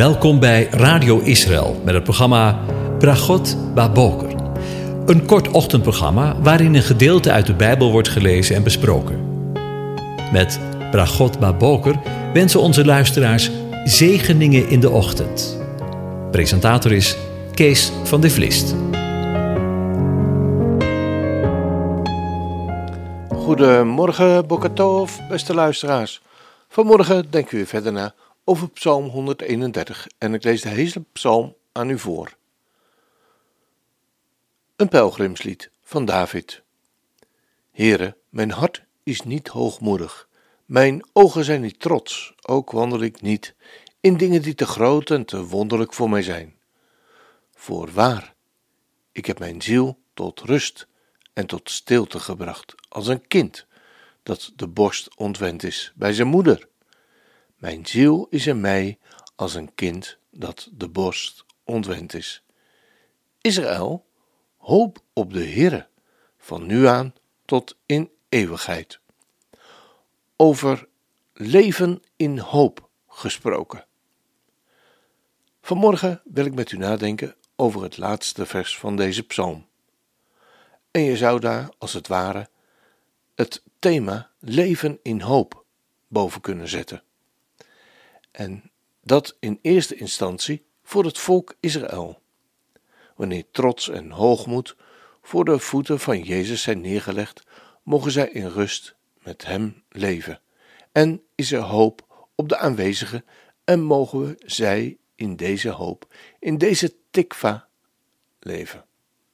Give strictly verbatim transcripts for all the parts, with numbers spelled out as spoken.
Welkom bij Radio Israël met het programma Bragot Baboker. Een kort ochtendprogramma waarin een gedeelte uit de Bijbel wordt gelezen en besproken. Met Bragot Baboker wensen onze luisteraars zegeningen in de ochtend. Presentator is Kees van de Vlist. Goedemorgen, Boker Tov, beste luisteraars. Vanmorgen denken we weer verder na over Psalm honderdeenendertig en ik lees de hele psalm aan u voor. Een pelgrimslied van David. Heere, mijn hart is niet hoogmoedig, mijn ogen zijn niet trots, ook wandel ik niet in dingen die te groot en te wonderlijk voor mij zijn. Voorwaar, ik heb mijn ziel tot rust en tot stilte gebracht, als een kind dat de borst ontwend is bij zijn moeder. Mijn ziel is in mij als een kind dat de borst ontwend is. Israël, hoop op de Heere, van nu aan tot in eeuwigheid. Over leven in hoop gesproken. Vanmorgen wil ik met u nadenken over het laatste vers van deze psalm. En je zou daar, als het ware, het thema leven in hoop boven kunnen zetten. En dat in eerste instantie voor het volk Israël. Wanneer trots en hoogmoed voor de voeten van Jezus zijn neergelegd, mogen zij in rust met hem leven. En is er hoop op de aanwezigen en mogen we zij in deze hoop, in deze tikva leven.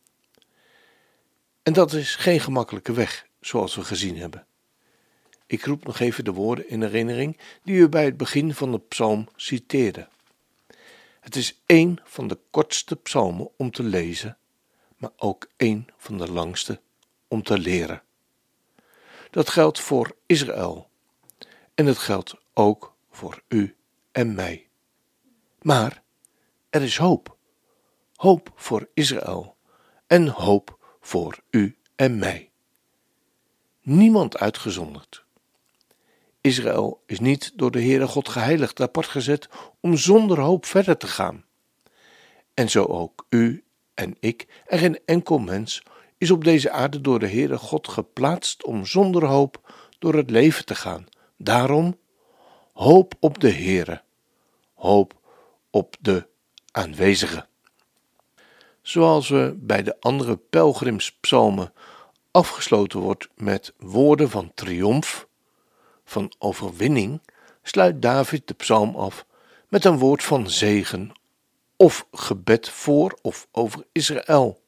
En dat is geen gemakkelijke weg, zoals we gezien hebben. Ik roep nog even de woorden in herinnering die u bij het begin van de psalm citeerde. Het is één van de kortste psalmen om te lezen, maar ook één van de langste om te leren. Dat geldt voor Israël en het geldt ook voor u en mij. Maar er is hoop. Hoop voor Israël en hoop voor u en mij. Niemand uitgezonderd. Israël is niet door de Heere God geheiligd apart gezet om zonder hoop verder te gaan. En zo ook u en ik en geen enkel mens is op deze aarde door de Heere God geplaatst om zonder hoop door het leven te gaan. Daarom hoop op de Heere, hoop op de aanwezige. Zoals we bij de andere pelgrimspsalmen afgesloten wordt met woorden van triomf, van overwinning, sluit David de psalm af met een woord van zegen of gebed voor of over Israël.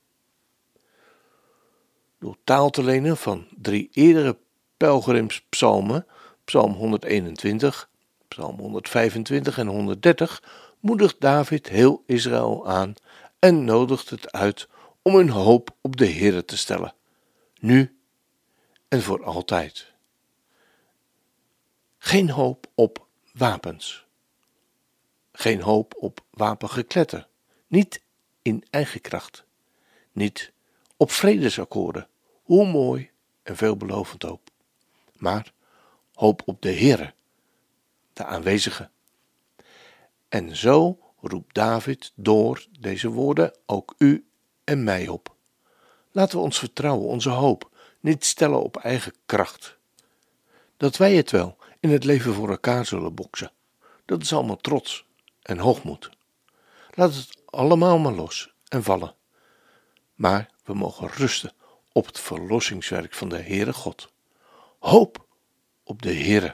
Door taal te lenen van drie eerdere pelgrimspsalmen, psalm honderdeenentwintig, psalm honderdvijfentwintig en honderddertig, moedigt David heel Israël aan en nodigt het uit om hun hoop op de Heere te stellen, nu en voor altijd. Geen hoop op wapens. Geen hoop op wapengekletter. Niet in eigen kracht. Niet op vredesakkoorden, hoe mooi en veelbelovend ook. Maar hoop op de Heere, de aanwezige. En zo roept David door deze woorden ook u en mij op. Laten we ons vertrouwen, onze hoop, niet stellen op eigen kracht. Dat wij het wel in het leven voor elkaar zullen boksen, dat is allemaal trots en hoogmoed. Laat het allemaal maar los en vallen. Maar we mogen rusten op het verlossingswerk van de Heere God. Hoop op de Heere.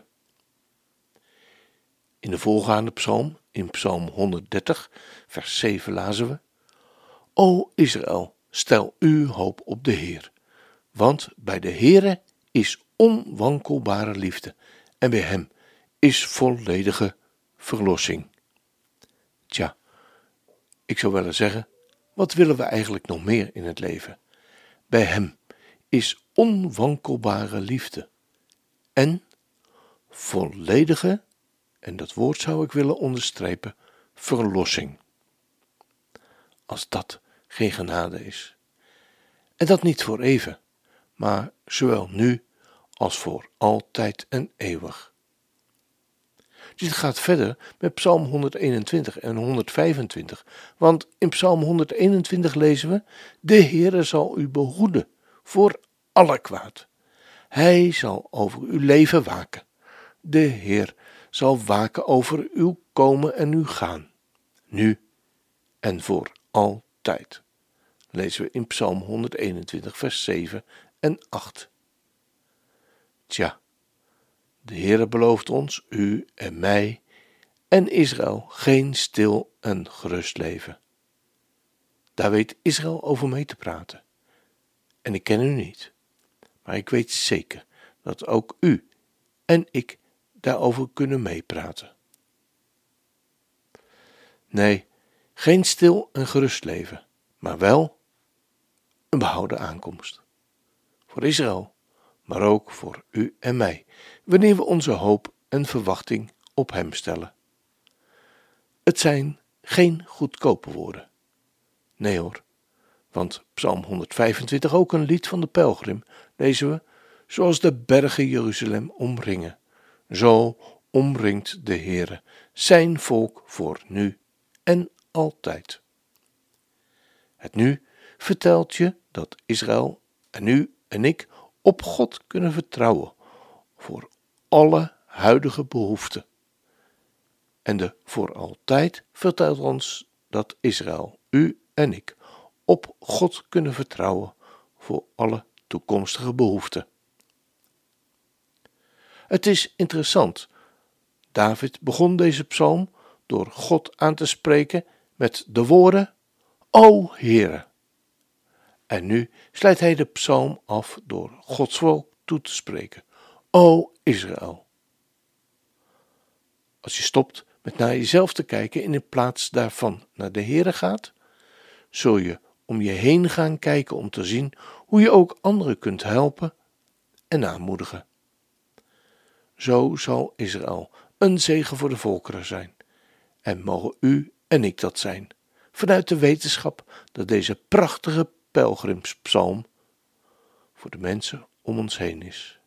In de voorgaande psalm, in psalm honderddertig, vers zeven lazen we: O Israël, stel uw hoop op de Heer, want bij de Heere is onwankelbare liefde en bij hem is volledige verlossing. Tja, ik zou willen zeggen, wat willen we eigenlijk nog meer in het leven? Bij hem is onwankelbare liefde en volledige, en dat woord zou ik willen onderstrepen, verlossing. Als dat geen genade is. En dat niet voor even, maar zowel nu als voor altijd en eeuwig. Dit gaat verder met Psalm honderdeenentwintig en honderdvijfentwintig, want in Psalm honderdeenentwintig lezen we: De Heere zal u behoeden voor alle kwaad. Hij zal over uw leven waken. De Heer zal waken over uw komen en uw gaan, nu en voor altijd. Lezen we in Psalm honderdeenentwintig, vers zeven en acht. Tja, de Heere belooft ons, u en mij en Israël geen stil en gerust leven. Daar weet Israël over mee te praten. En ik ken u niet, maar ik weet zeker dat ook u en ik daarover kunnen meepraten. Nee, geen stil en gerust leven, maar wel een behouden aankomst. Voor Israël, maar ook voor u en mij, wanneer we onze hoop en verwachting op hem stellen. Het zijn geen goedkope woorden. Nee hoor, want Psalm honderdvijfentwintig, ook een lied van de pelgrim, lezen we: Zoals de bergen Jeruzalem omringen, zo omringt de Heere zijn volk voor nu en altijd. Het nu vertelt je dat Israël en u en ik op God kunnen vertrouwen voor alle huidige behoeften. En de voor altijd vertelt ons dat Israël, u en ik, op God kunnen vertrouwen voor alle toekomstige behoeften. Het is interessant. David begon deze psalm door God aan te spreken met de woorden: O Heere. En nu sluit hij de psalm af door Gods volk toe te spreken: O Israël. Als je stopt met naar jezelf te kijken en in plaats daarvan naar de Heere gaat, zul je om je heen gaan kijken om te zien hoe je ook anderen kunt helpen en aanmoedigen. Zo zal Israël een zegen voor de volkeren zijn. En mogen u en ik dat zijn, vanuit de wetenschap dat deze prachtige pelgrimspsalm voor de mensen om ons heen is.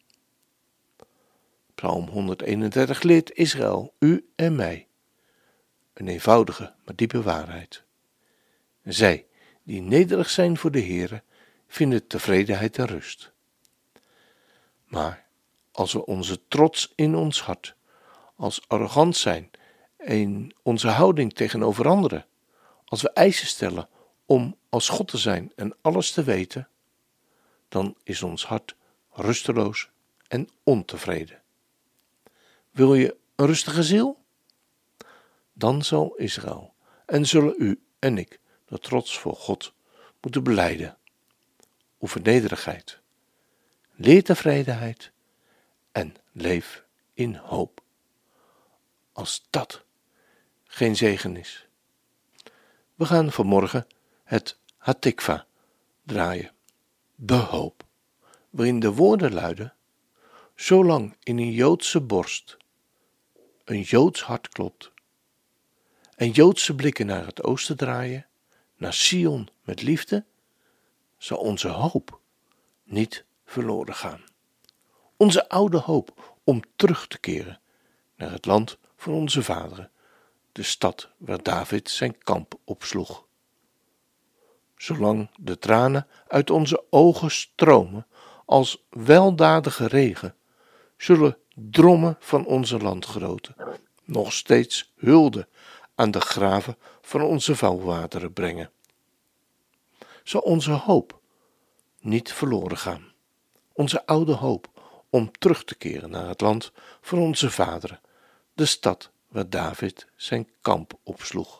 Psalm honderdeenendertig leert Israël, u en mij, een eenvoudige maar diepe waarheid. Zij die nederig zijn voor de Heere, vinden tevredenheid en rust. Maar als we onze trots in ons hart, als arrogant zijn in onze houding tegenover anderen, als we eisen stellen om als God te zijn en alles te weten, dan is ons hart rusteloos en ontevreden. Wil je een rustige ziel? Dan zal Israël en zullen u en ik de trots voor God moeten belijden. Oefen nederigheid, leer tevredenheid en leef in hoop. Als dat geen zegen is. We gaan vanmorgen het Hatikva draaien, de hoop, waarin de woorden luiden: zolang in een Joodse borst een Joods hart klopt en Joodse blikken naar het oosten draaien, naar Sion met liefde, zal onze hoop niet verloren gaan. Onze oude hoop om terug te keren naar het land van onze vaderen, de stad waar David zijn kamp opsloeg. Zolang de tranen uit onze ogen stromen als weldadige regen, zullen drommen van onze landgenoten nog steeds hulde aan de graven van onze vouwwateren brengen. Zal onze hoop niet verloren gaan, onze oude hoop om terug te keren naar het land van onze vaderen, de stad waar David zijn kamp opsloeg.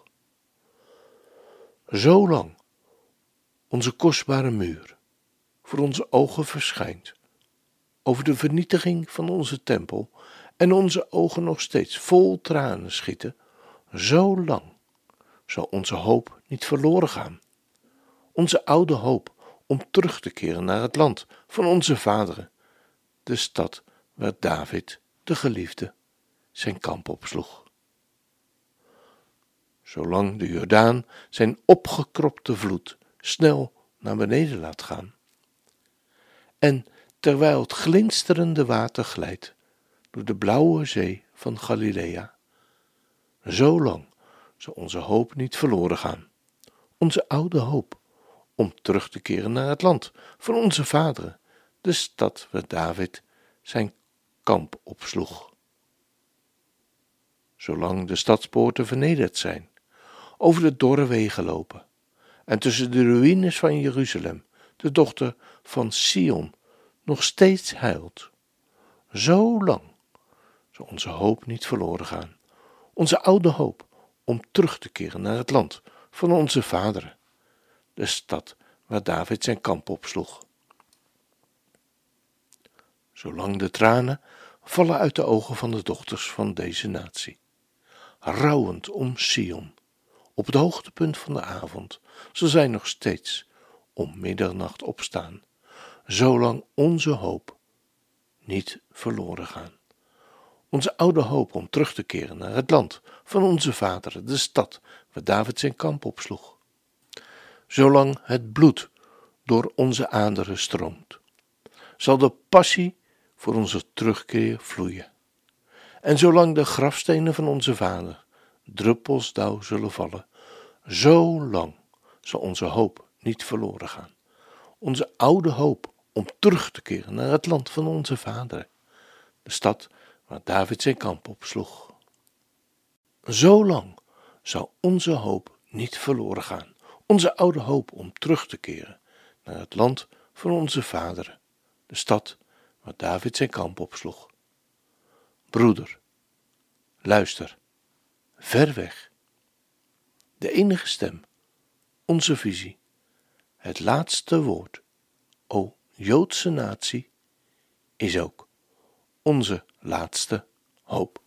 Zolang onze kostbare muur voor onze ogen verschijnt, over de vernietiging van onze tempel en onze ogen nog steeds vol tranen schieten, zolang zal onze hoop niet verloren gaan. Onze oude hoop om terug te keren naar het land van onze vaderen, de stad waar David, de geliefde, zijn kamp opsloeg. Zolang de Jordaan zijn opgekropte vloed snel naar beneden laat gaan, en terwijl het glinsterende water glijdt door de blauwe zee van Galilea. Zo lang zal onze hoop niet verloren gaan. Onze oude hoop om terug te keren naar het land van onze vaderen, de stad waar David zijn kamp opsloeg. Zolang de stadspoorten vernederd zijn, over de dorre wegen lopen en tussen de ruïnes van Jeruzalem de dochter van Sion nog steeds huilt, zo lang zal onze hoop niet verloren gaan. Onze oude hoop om terug te keren naar het land van onze vaderen, de stad waar David zijn kamp opsloeg. Zolang de tranen vallen uit de ogen van de dochters van deze natie, rouwend om Sion, op het hoogtepunt van de avond, zal zij nog steeds om middernacht opstaan, zolang onze hoop niet verloren gaan. Onze oude hoop om terug te keren naar het land van onze vaderen, de stad waar David zijn kamp opsloeg. Zolang het bloed door onze aderen stroomt, zal de passie voor onze terugkeer vloeien. En zolang de grafstenen van onze vader druppels dauw zullen vallen, zo lang zal onze hoop niet verloren gaan. Onze oude hoop om terug te keren naar het land van onze vaderen, de stad waar David zijn kamp opsloeg. Zo lang zal onze hoop niet verloren gaan. Onze oude hoop om terug te keren naar het land van onze vaderen, de stad waar David zijn kamp opsloeg. Broeder, luister, ver weg. De enige stem, onze visie, het laatste woord, o Joodse natie, is ook onze laatste hoop.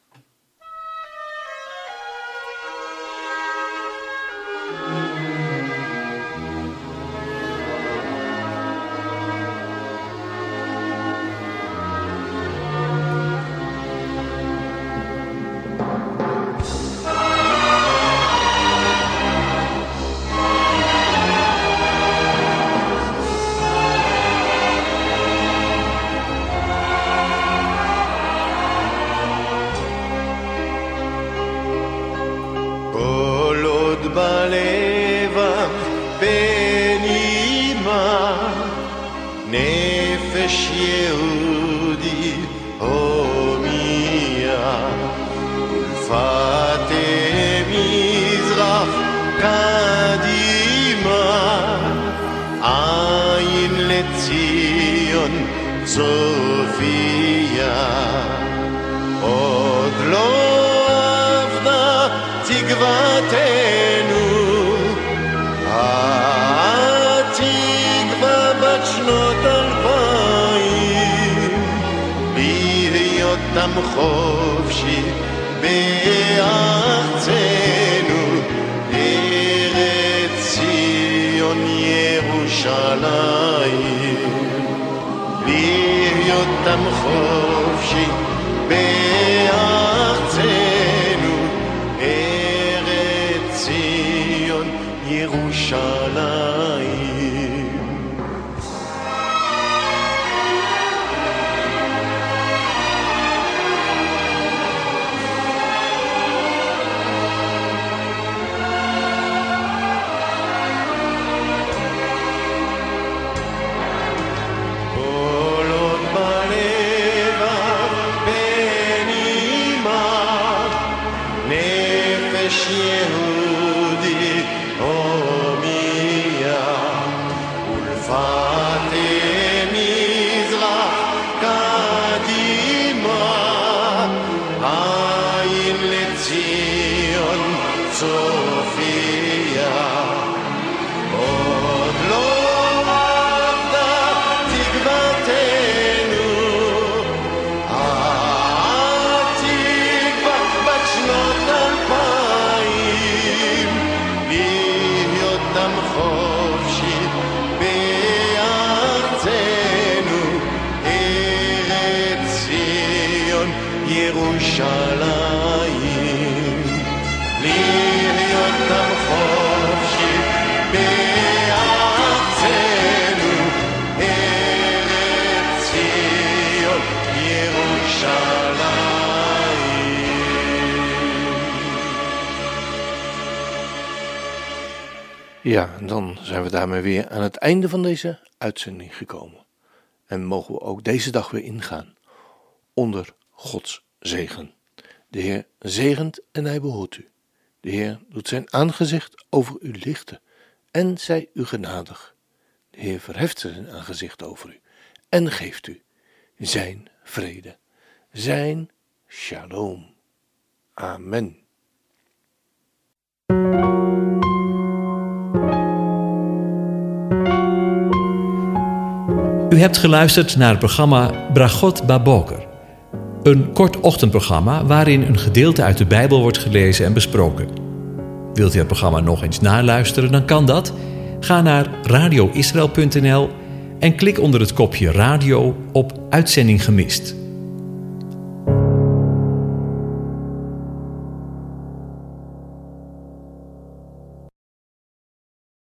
בלבב בנימה נפש יהודי הומיה ולפת מזרח קדימה עין לציון צופיה עוד לא עבדה תקוותנו התקווה בת שנות אלפיים להיות עם חופשי בארצנו ארץ ציון ירושלים להיות עם חופשי בארצנו ארץ ציון ירושלים יהודי הומיה ולפת מזרח קדימה עין לציון צופיה עוד לא עבדה תקוותנו התקווה בת שנות אלפיים להיות עם חופשי בארצנו Ja, en dan zijn we daarmee weer aan het einde van deze uitzending gekomen. En mogen we ook deze dag weer ingaan onder Gods zegen. De Heer zegent en hij behoedt u. De Heer doet zijn aangezicht over u lichten en zij u genadig. De Heer verheft zijn aangezicht over u en geeft u zijn vrede, zijn shalom. Amen. U hebt geluisterd naar het programma Bragot Baboker. Een kort ochtendprogramma waarin een gedeelte uit de Bijbel wordt gelezen en besproken. Wilt u het programma nog eens naluisteren, dan kan dat. Ga naar radio israël punt n l en klik onder het kopje radio op Uitzending gemist.